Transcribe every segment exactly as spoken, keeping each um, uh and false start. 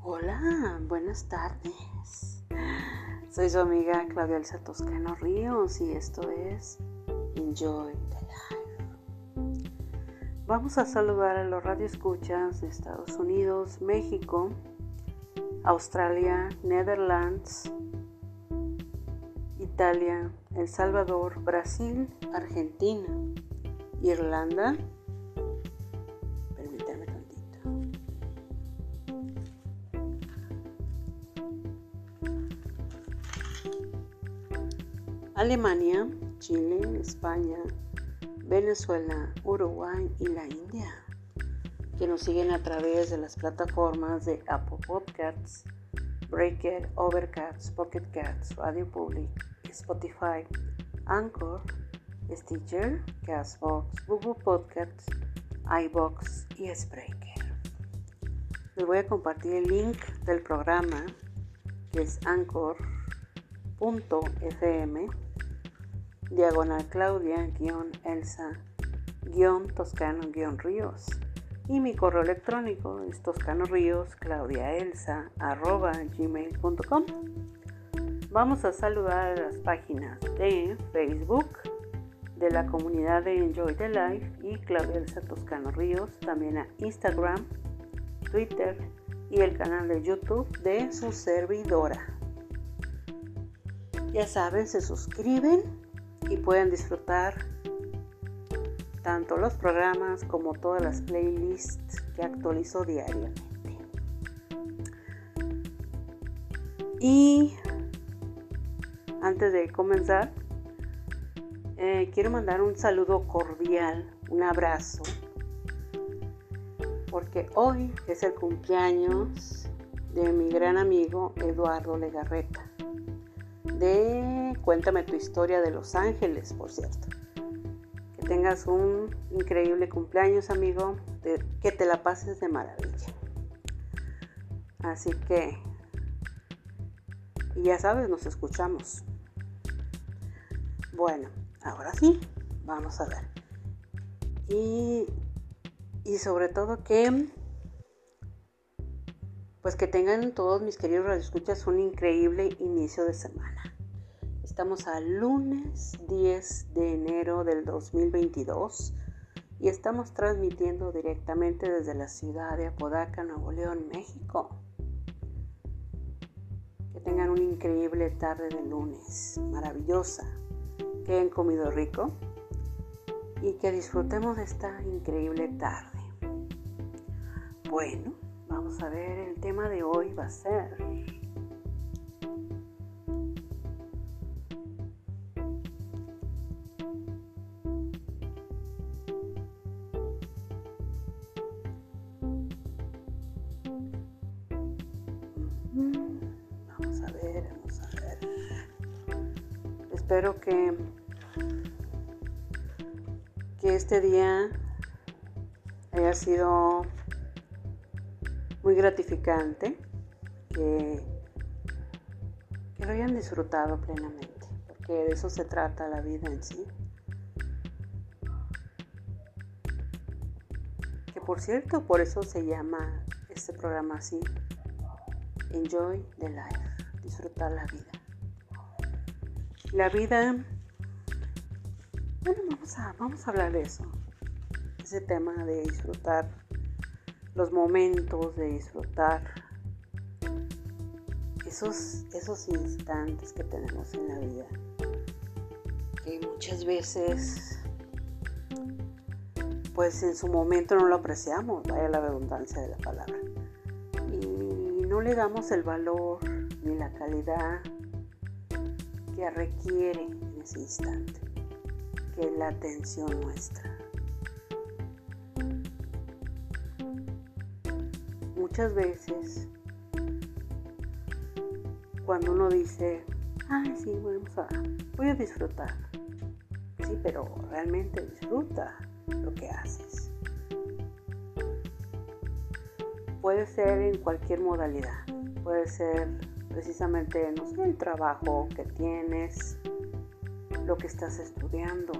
Hola, buenas tardes. Soy su amiga Claudia Elsa Toscano Ríos y esto es Enjoy the Life. Vamos a saludar a los radioescuchas de Estados Unidos, México, Australia, Netherlands, Italia, El Salvador, Brasil, Argentina, Irlanda. Permítame tantito. Alemania, Chile, España, Venezuela, Uruguay y la India, que nos siguen a través de las plataformas de Apple Podcasts, Breaker, Overcast, Pocket Casts, Radio Public, Spotify, Anchor, Stitcher, Castbox, Google Podcasts, iVoox y Spreaker. Les voy a compartir el link del programa, que es anchor punto f m diagonal Claudia guión Elsa guión Toscano guión Ríos, y mi correo electrónico es toscanoríos claudiaelsa arroba gmail punto com. Vamos a saludar a las páginas de Facebook de la comunidad de Enjoy the Life y Claudia Elsa Toscano Ríos, también a Instagram, Twitter y el canal de YouTube de su servidora. Ya saben, se suscriben y pueden disfrutar tanto los programas como todas las playlists que actualizo diariamente. Y antes de comenzar, eh, quiero mandar un saludo cordial, un abrazo, porque hoy es el cumpleaños de mi gran amigo Eduardo Legarreta, de Cuéntame tu historia de Los Ángeles, por cierto. Que tengas un increíble cumpleaños, amigo, de, que te la pases de maravilla. Así que, y ya sabes, nos escuchamos. Bueno, ahora sí, vamos a ver. Y, y sobre todo que, pues que tengan todos mis queridos radioescuchas un increíble inicio de semana. Estamos al lunes diez de enero del dos mil veintidós y estamos transmitiendo directamente desde la ciudad de Apodaca, Nuevo León, México. Que tengan una increíble tarde de lunes, maravillosa, que hayan comido rico y que disfrutemos de esta increíble tarde. Bueno, vamos a ver, el tema de hoy va a ser Vamos a ver, vamos a ver. Espero que, que este día haya sido muy gratificante, que, que lo hayan disfrutado plenamente, porque de eso se trata la vida en sí. Que por cierto, por eso se llama este programa así, Enjoy the Life, disfrutar la vida. La vida, bueno, vamos a, vamos a hablar de eso, ese tema de disfrutar los momentos, de disfrutar esos, esos instantes que tenemos en la vida, que muchas veces, pues en su momento no lo apreciamos, vaya la redundancia de la palabra, y no le damos el valor ni la calidad que requiere en ese instante, que es la atención nuestra. Muchas veces, cuando uno dice, ay, sí, vamos a, voy a disfrutar, sí, pero realmente disfruta lo que haces. Puede ser en cualquier modalidad, puede ser precisamente, no sé, el trabajo que tienes, lo que estás estudiando,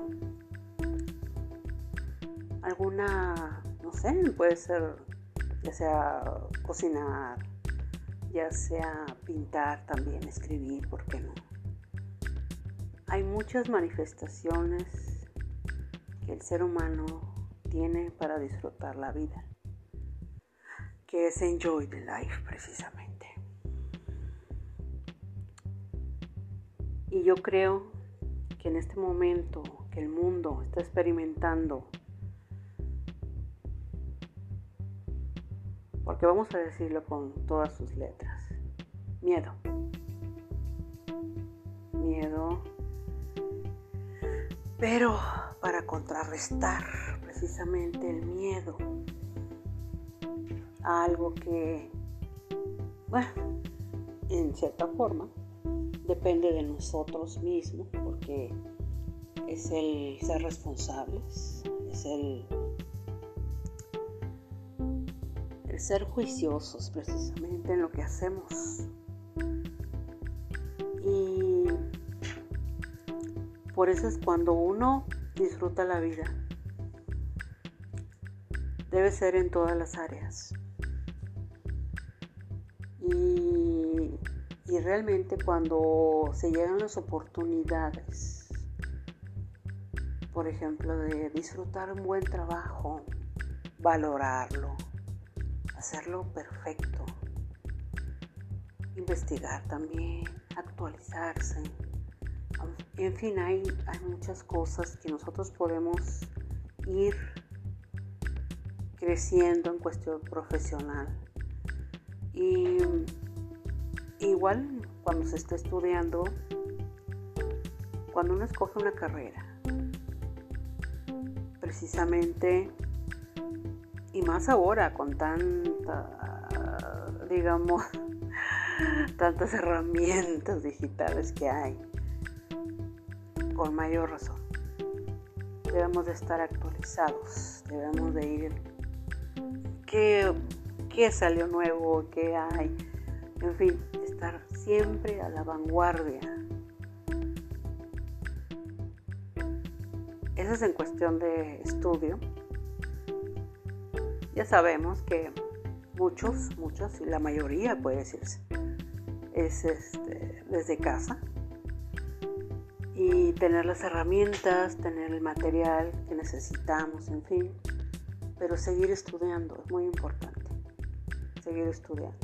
alguna, no sé, puede ser ya sea cocinar, ya sea pintar también, escribir, ¿por qué no? Hay muchas manifestaciones que el ser humano tiene para disfrutar la vida, que es enjoy the life precisamente. Y yo creo que en este momento que el mundo está experimentando, porque vamos a decirlo con todas sus letras, miedo. Miedo. Pero para contrarrestar precisamente el miedo a algo que, bueno, en cierta forma, depende de nosotros mismos, porque es el ser responsables, es el, el ser juiciosos precisamente en lo que hacemos. Y por eso es cuando uno disfruta la vida, debe ser en todas las áreas. Y, y realmente cuando se llegan las oportunidades, por ejemplo, de disfrutar un buen trabajo, valorarlo, hacerlo perfecto, investigar también, actualizarse. En fin, hay, hay muchas cosas que nosotros podemos ir creciendo en cuestión profesional. Y igual cuando se está estudiando, cuando uno escoge una carrera, precisamente, y más ahora con tanta, digamos, tantas herramientas digitales que hay, con mayor razón, debemos de estar actualizados, debemos de ir, ¿qué, qué salió nuevo? ¿Qué hay? En fin, estar siempre a la vanguardia. Eso es en cuestión de estudio. Ya sabemos que muchos, muchos, y la mayoría puede decirse, es este, desde casa. Y tener las herramientas, tener el material que necesitamos, en fin. Pero seguir estudiando es muy importante. Seguir estudiando.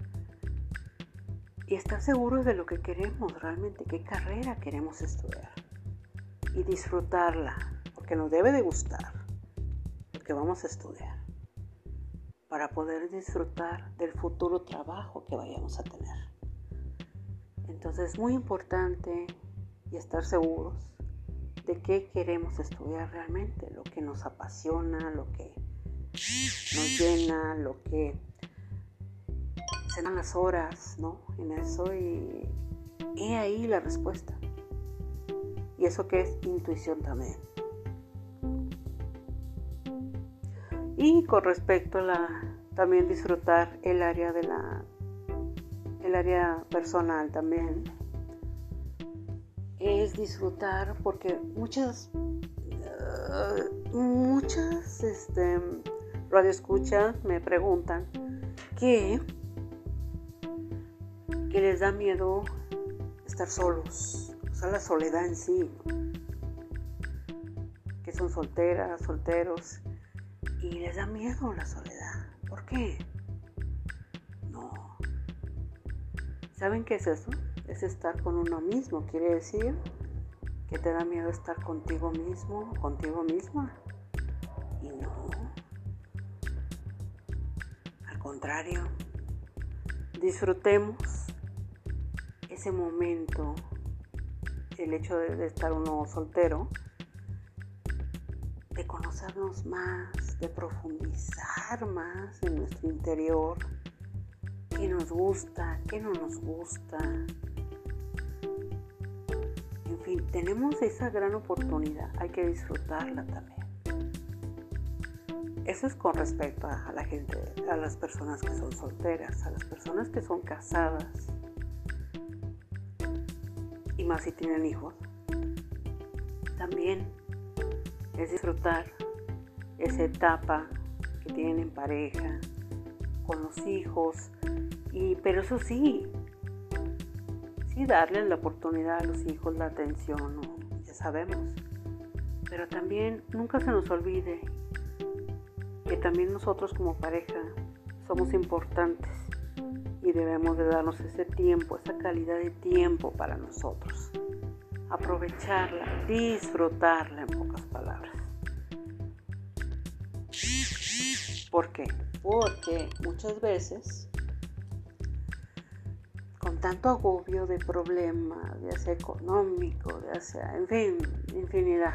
Y estar seguros de lo que queremos realmente, qué carrera queremos estudiar. Y disfrutarla, porque nos debe de gustar lo que vamos a estudiar, para poder disfrutar del futuro trabajo que vayamos a tener. Entonces es muy importante y estar seguros de qué queremos estudiar realmente, lo que nos apasiona, lo que nos llena, lo que se dan las horas, ¿no? En eso, y he ahí la respuesta. Y eso que es intuición también. Y con respecto a la, también disfrutar el área de la, el área personal también, es disfrutar porque muchas, uh, muchas, este, radioescuchas me preguntan que, que les da miedo estar solos, o sea, la soledad en sí, que son solteras, solteros, y les da miedo la soledad. ¿Por qué? No. ¿Saben qué es eso? Es estar con uno mismo. Quiere decir que te da miedo estar contigo mismo, contigo misma. Y no. Al contrario, disfrutemos ese momento, el hecho de, de estar uno soltero, de conocernos más, de profundizar más en nuestro interior, qué nos gusta, qué no nos gusta. En fin, tenemos esa gran oportunidad, hay que disfrutarla también. Eso es con respecto a, a la gente, a las personas que son solteras, a las personas que son casadas, y más si tienen hijos. También es disfrutar esa etapa que tienen en pareja, con los hijos, Y, pero eso sí, sí darles la oportunidad a los hijos, la atención, ¿no? Ya sabemos. Pero también nunca se nos olvide que también nosotros como pareja somos importantes y debemos de darnos ese tiempo, esa calidad de tiempo para nosotros. Aprovecharla, disfrutarla, en pocas palabras. ¿Por qué? Porque muchas veces, con tanto agobio de problemas, ya sea económico, ya sea, en fin, infinidad,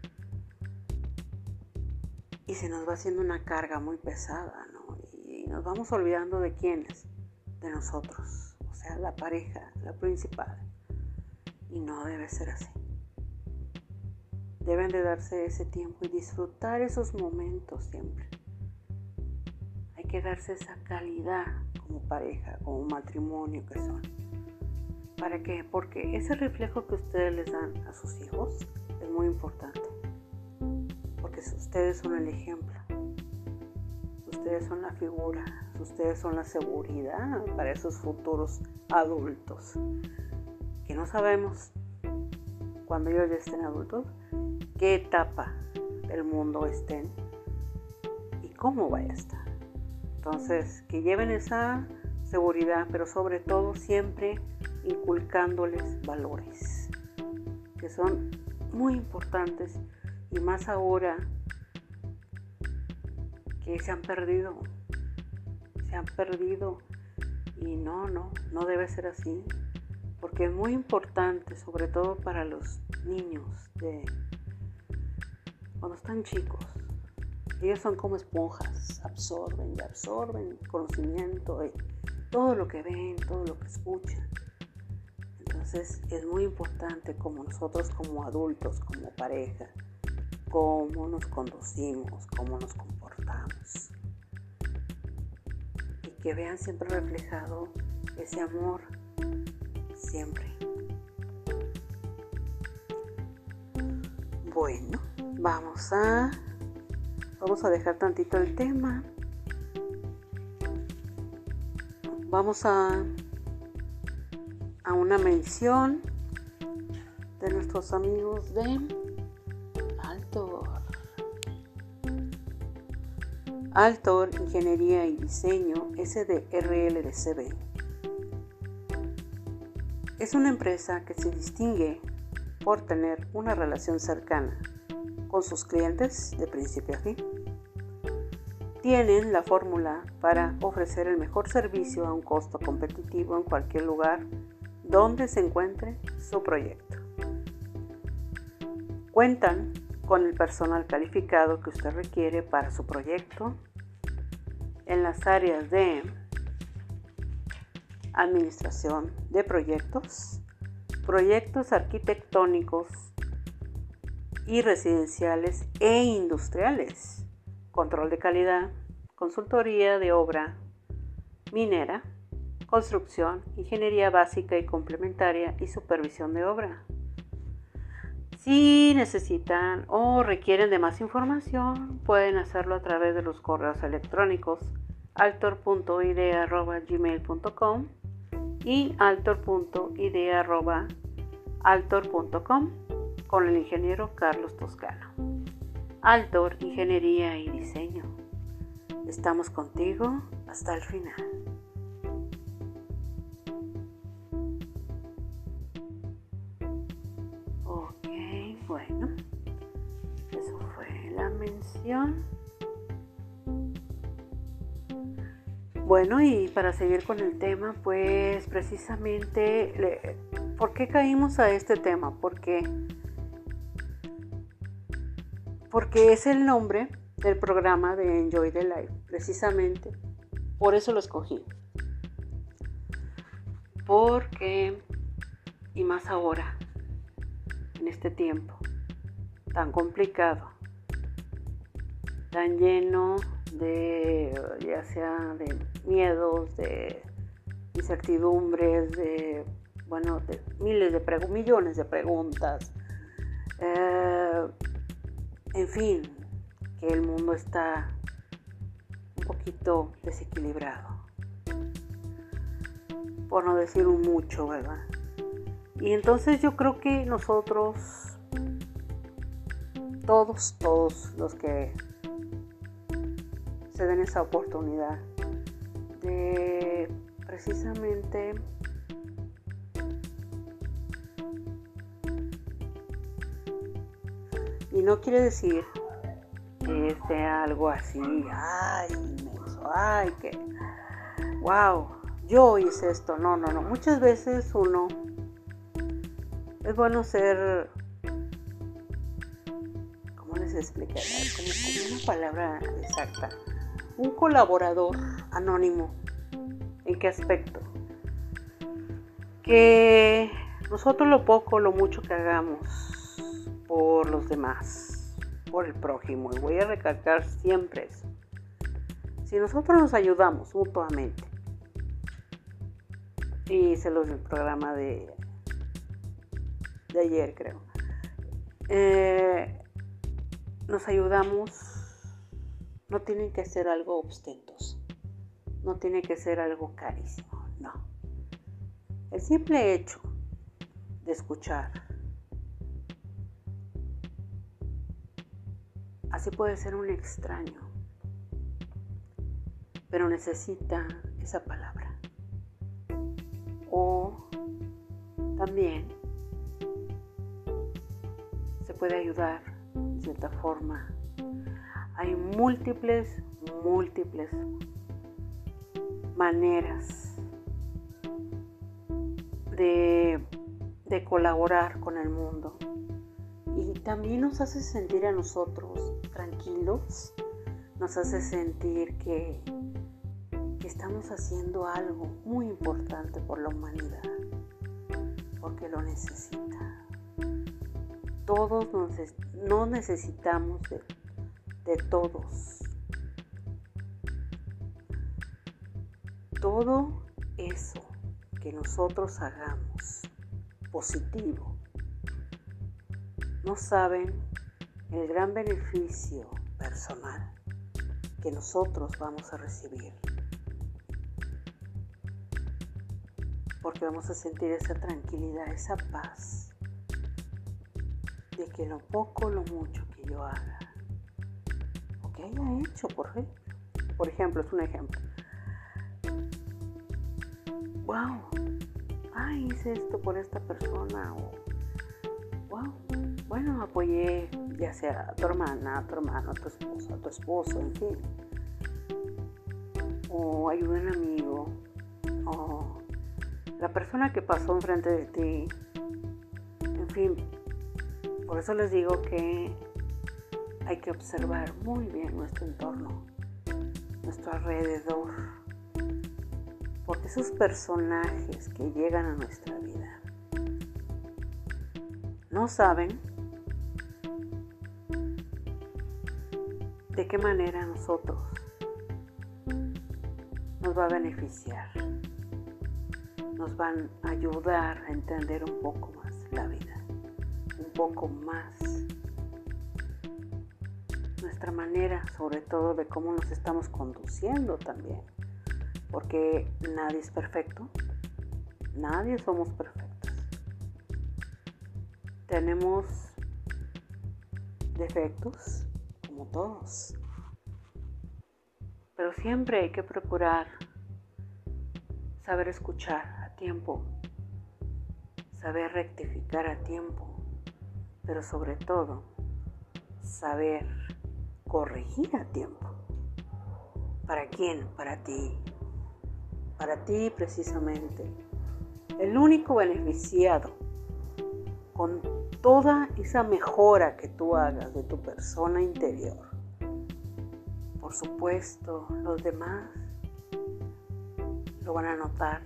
y se nos va haciendo una carga muy pesada, ¿no? Y nos vamos olvidando de quiénes, de nosotros, o sea, la pareja, la principal. Y no debe ser así. Deben de darse ese tiempo y disfrutar esos momentos siempre. Hay que darse esa calidad como pareja, como matrimonio que son. ¿Para qué? Porque ese reflejo que ustedes les dan a sus hijos es muy importante. Porque ustedes son el ejemplo. Ustedes son la figura. Ustedes son la seguridad para esos futuros adultos. Que no sabemos, cuando ellos ya estén adultos, qué etapa del mundo estén y cómo vaya a estar. Entonces, que lleven esa seguridad, pero sobre todo siempre inculcándoles valores, que son muy importantes y más ahora que se han perdido, se han perdido y no, no, no debe ser así. Porque es muy importante, sobre todo para los niños, de cuando están chicos. Ellos son como esponjas, absorben y absorben conocimiento, y todo lo que ven, todo lo que escuchan. Entonces es muy importante como nosotros como adultos, como pareja, cómo nos conducimos, cómo nos comportamos. Y que vean siempre reflejado ese amor. Siempre. Bueno, vamos a vamos a dejar tantito el tema. Vamos a a una mención de nuestros amigos de Altor. Altor Ingeniería y Diseño S D R L de C B. Es una empresa que se distingue por tener una relación cercana con sus clientes de principio a fin. Tienen la fórmula para ofrecer el mejor servicio a un costo competitivo en cualquier lugar donde se encuentre su proyecto. Cuentan con el personal calificado que usted requiere para su proyecto en las áreas de administración de proyectos, proyectos arquitectónicos y residenciales e industriales, control de calidad, consultoría de obra minera, construcción, ingeniería básica y complementaria y supervisión de obra. Si necesitan o requieren de más información, pueden hacerlo a través de los correos electrónicos altor punto i d arroba gmail punto com y altor punto i d arroba altor punto com con el ingeniero Carlos Toscano. Altor, Ingeniería y Diseño. Estamos contigo hasta el final. Ok, bueno, eso fue la mención. Bueno, y para seguir con el tema, pues precisamente, le, ¿por qué caímos a este tema? Porque, porque es el nombre del programa de Enjoy the Life, precisamente, por eso lo escogí. Porque, y más ahora, en este tiempo tan complicado, tan lleno de, ya sea de miedos, de incertidumbres, de, bueno, de miles de pregu- millones de preguntas, eh, en fin, que el mundo está un poquito desequilibrado. por no decir un mucho, ¿verdad? Y entonces yo creo que nosotros, todos, todos los que se den esa oportunidad de precisamente y no quiere decir que sea algo así, ay, inmenso, ay, que wow, yo hice esto, no, no, no, muchas veces uno es bueno ser, ¿cómo les explicaré? Como, como una palabra exacta, un colaborador anónimo. ¿En qué aspecto? Que nosotros lo poco, lo mucho que hagamos por los demás, por el prójimo, y voy a recalcar siempre eso. Si nosotros nos ayudamos mutuamente, y se los del programa de, de ayer creo, eh, nos ayudamos, no tiene que ser algo ostentoso, no tiene que ser algo carísimo, no. El simple hecho de escuchar, así puede ser un extraño, pero necesita esa palabra. O también se puede ayudar de cierta forma. Hay múltiples, múltiples maneras de, de colaborar con el mundo. Y también nos hace sentir a nosotros tranquilos, nos hace sentir que, que estamos haciendo algo muy importante por la humanidad, porque lo necesita. Todos nos, no necesitamos de, de todos. Todo eso que nosotros hagamos positivo, no saben el gran beneficio personal que nosotros vamos a recibir, porque vamos a sentir esa tranquilidad, esa paz de que lo poco, lo mucho que yo haga o que haya hecho, por ejemplo, por ejemplo, es un ejemplo. Wow, ay, hice esto por esta persona, o wow, bueno, apoyé ya sea a tu hermana, a tu hermano, a tu esposo, a tu esposo, en fin, o ayudé a un amigo, o la persona que pasó enfrente de ti, en fin. Por eso les digo que hay que observar muy bien nuestro entorno, nuestro alrededor, porque esos personajes que llegan a nuestra vida no saben de qué manera a nosotros nos va a beneficiar, nos van a ayudar a entender un poco más la vida, un poco más nuestra manera, sobre todo de cómo nos estamos conduciendo también, porque nadie es perfecto, nadie somos perfectos, tenemos defectos como todos, pero siempre hay que procurar saber escuchar a tiempo, saber rectificar a tiempo, pero sobre todo saber corregir a tiempo. ¿Para quién? Para ti. Para ti precisamente. El único beneficiado con toda esa mejora que tú hagas de tu persona interior. Por supuesto, los demás lo van a notar.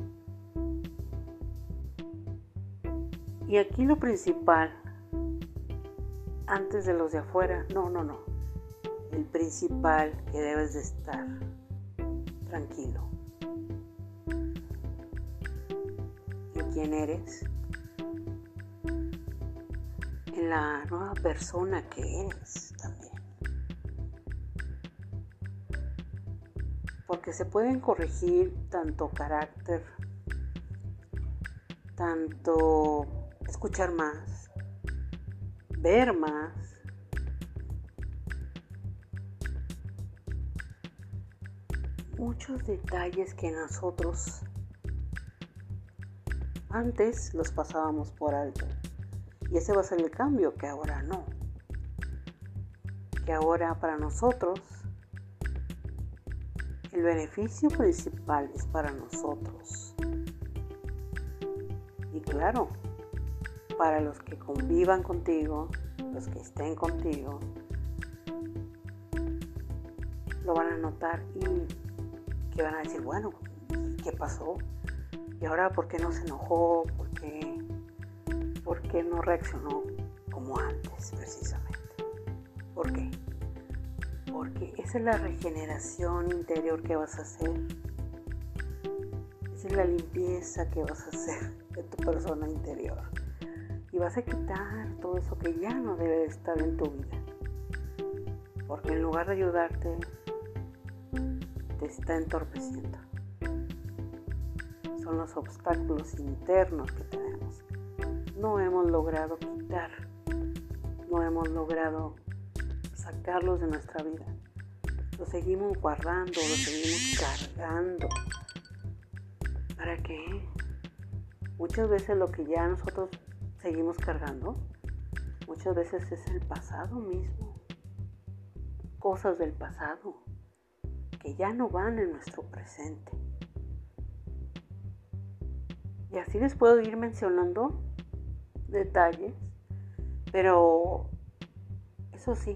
Y aquí lo principal, antes de los de afuera, no, no, no. El principal que debes de estar tranquilo en quién eres, en la nueva persona que eres también. Porque porque se pueden corregir tanto carácter, tanto escuchar más, ver más, muchos detalles que nosotros antes los pasábamos por alto. Y ese va a ser el cambio, que ahora no. Que ahora para nosotros el beneficio principal es para nosotros. Y claro, para los que convivan contigo, los que estén contigo, lo van a notar y que van a decir, bueno, ¿qué pasó? Y ahora, ¿por qué no se enojó? ¿Por qué, por qué no reaccionó como antes, precisamente? ¿Por qué? Porque esa es la regeneración interior que vas a hacer. Esa es la limpieza que vas a hacer de tu persona interior. Y vas a quitar todo eso que ya no debe de estar en tu vida. Porque en lugar de ayudarte, te está entorpeciendo. Son los obstáculos internos que tenemos. No hemos logrado quitar, no hemos logrado sacarlos de nuestra vida. Los seguimos guardando, los seguimos cargando. ¿Para qué? Muchas veces lo que ya nosotros seguimos cargando, muchas veces es el pasado mismo. Cosas del pasado que ya no van en nuestro presente. Y así les puedo ir mencionando detalles, pero eso sí,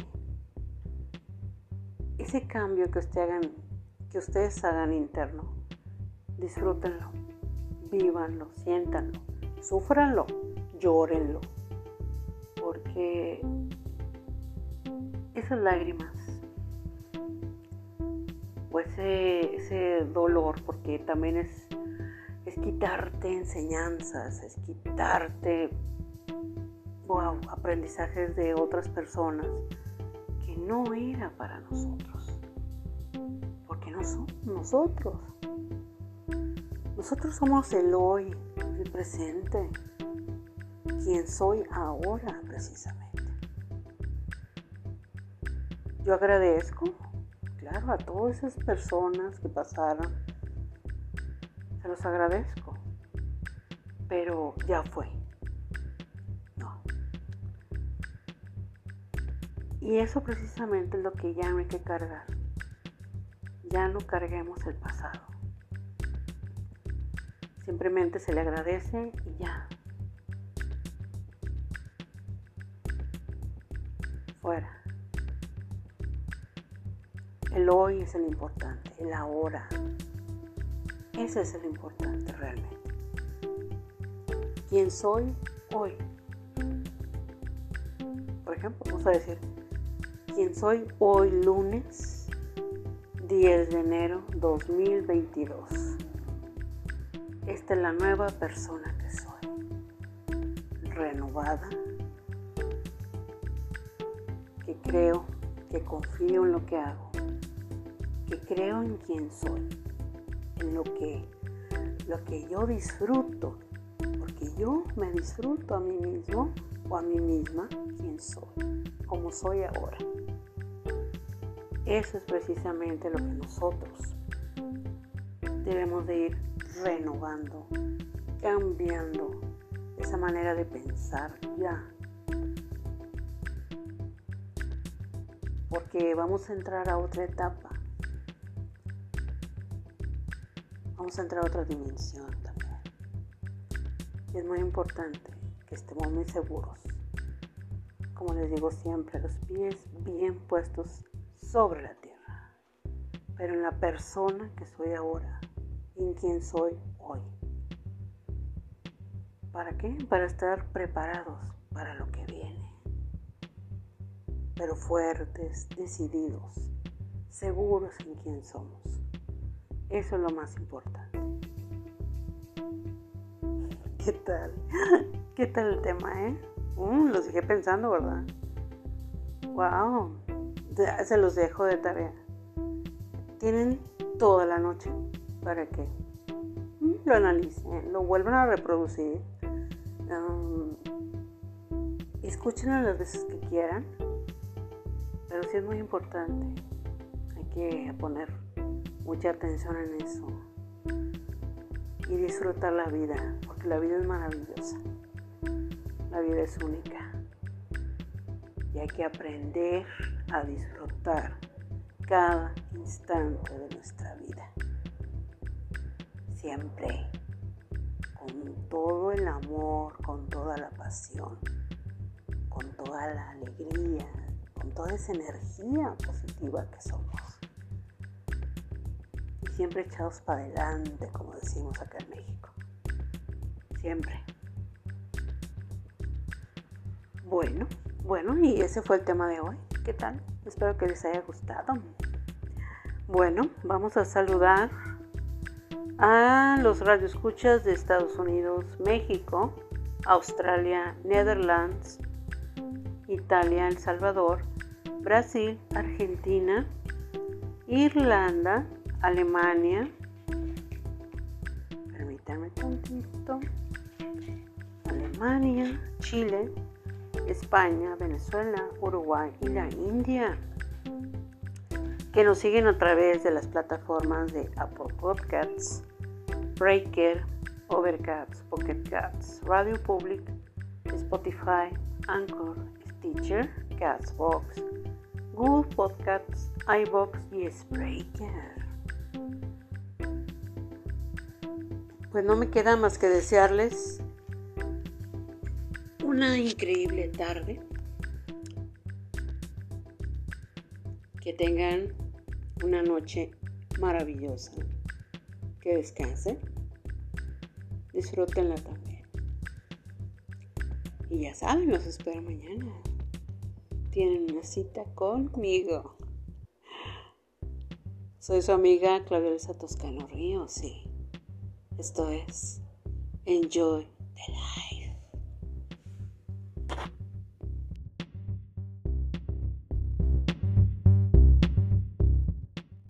ese cambio que ustedes hagan, que ustedes hagan interno, disfrútenlo, vívanlo, siéntanlo, súfranlo, llórenlo, porque esas lágrimas o ese, ese dolor, porque también es es quitarte enseñanzas, es quitarte wow, aprendizajes de otras personas que no era para nosotros, porque no somos nosotros. Nosotros somos el hoy, el presente, quien soy ahora precisamente. Yo agradezco, claro, a todas esas personas que pasaron. Se los agradezco, pero ya fue. No. Y eso precisamente es lo que ya no hay que cargar. Ya no carguemos el pasado. Simplemente se le agradece y ya. Fuera. El hoy es el importante, el ahora. Ese es el importante realmente. ¿Quién soy hoy? Por ejemplo, vamos a decir, ¿quién soy hoy lunes diez de enero dos mil veintidós? Esta es la nueva persona que soy. Renovada. Que creo, que confío en lo que hago. Que creo en quién soy. En lo que, lo que yo disfruto, porque yo me disfruto a mí mismo o a mí misma, quién soy, como soy ahora. Eso es precisamente lo que nosotros debemos de ir renovando, cambiando esa manera de pensar ya. Porque vamos a entrar a otra etapa. Vamos a entrar a otra dimensión también. Y es muy importante que estemos muy seguros. Como les digo siempre, los pies bien puestos sobre la tierra. Pero en la persona que soy ahora. En quien soy hoy. ¿Para qué? Para estar preparados para lo que viene. Pero fuertes, decididos, seguros en quién somos. Eso es lo más importante. ¿Qué tal? ¿Qué tal el tema, eh? Uh, lo sigue pensando, ¿verdad? Wow. Se los dejo de tarea. Tienen toda la noche para que lo analicen, lo vuelvan a reproducir, um, escúchenlo las veces que quieran, pero sí es muy importante, hay que poner mucha atención en eso y disfrutar la vida, porque la vida es maravillosa, la vida es única y hay que aprender a disfrutar cada instante de nuestra vida, siempre con todo el amor, con toda la pasión, con toda la alegría, con toda esa energía positiva que somos. Y siempre echados para adelante, como decimos acá en México. Siempre. Bueno, bueno, y ese fue el tema de hoy. ¿Qué tal? Espero que les haya gustado. Bueno, vamos a saludar a los radioescuchas de Estados Unidos, México, Australia, Netherlands, Italia, El Salvador, Brasil, Argentina, Irlanda, Alemania, permítanme tantito, Alemania, Chile, España, Venezuela, Uruguay y la India, que nos siguen a través de las plataformas de Apple Podcasts, Breaker, Overcast, Pocket Casts, Radio Public, Spotify, Anchor, Stitcher, Castbox, Google Podcasts, iVoox y Spreaker. Pues no me queda más que desearles una increíble tarde, que tengan una noche maravillosa, que descansen, disfrútenla también. Y ya saben, los espero mañana. Tienen una cita conmigo. Soy su amiga Claudia Elsa Toscano Ríos, sí. Esto es Enjoy the Life.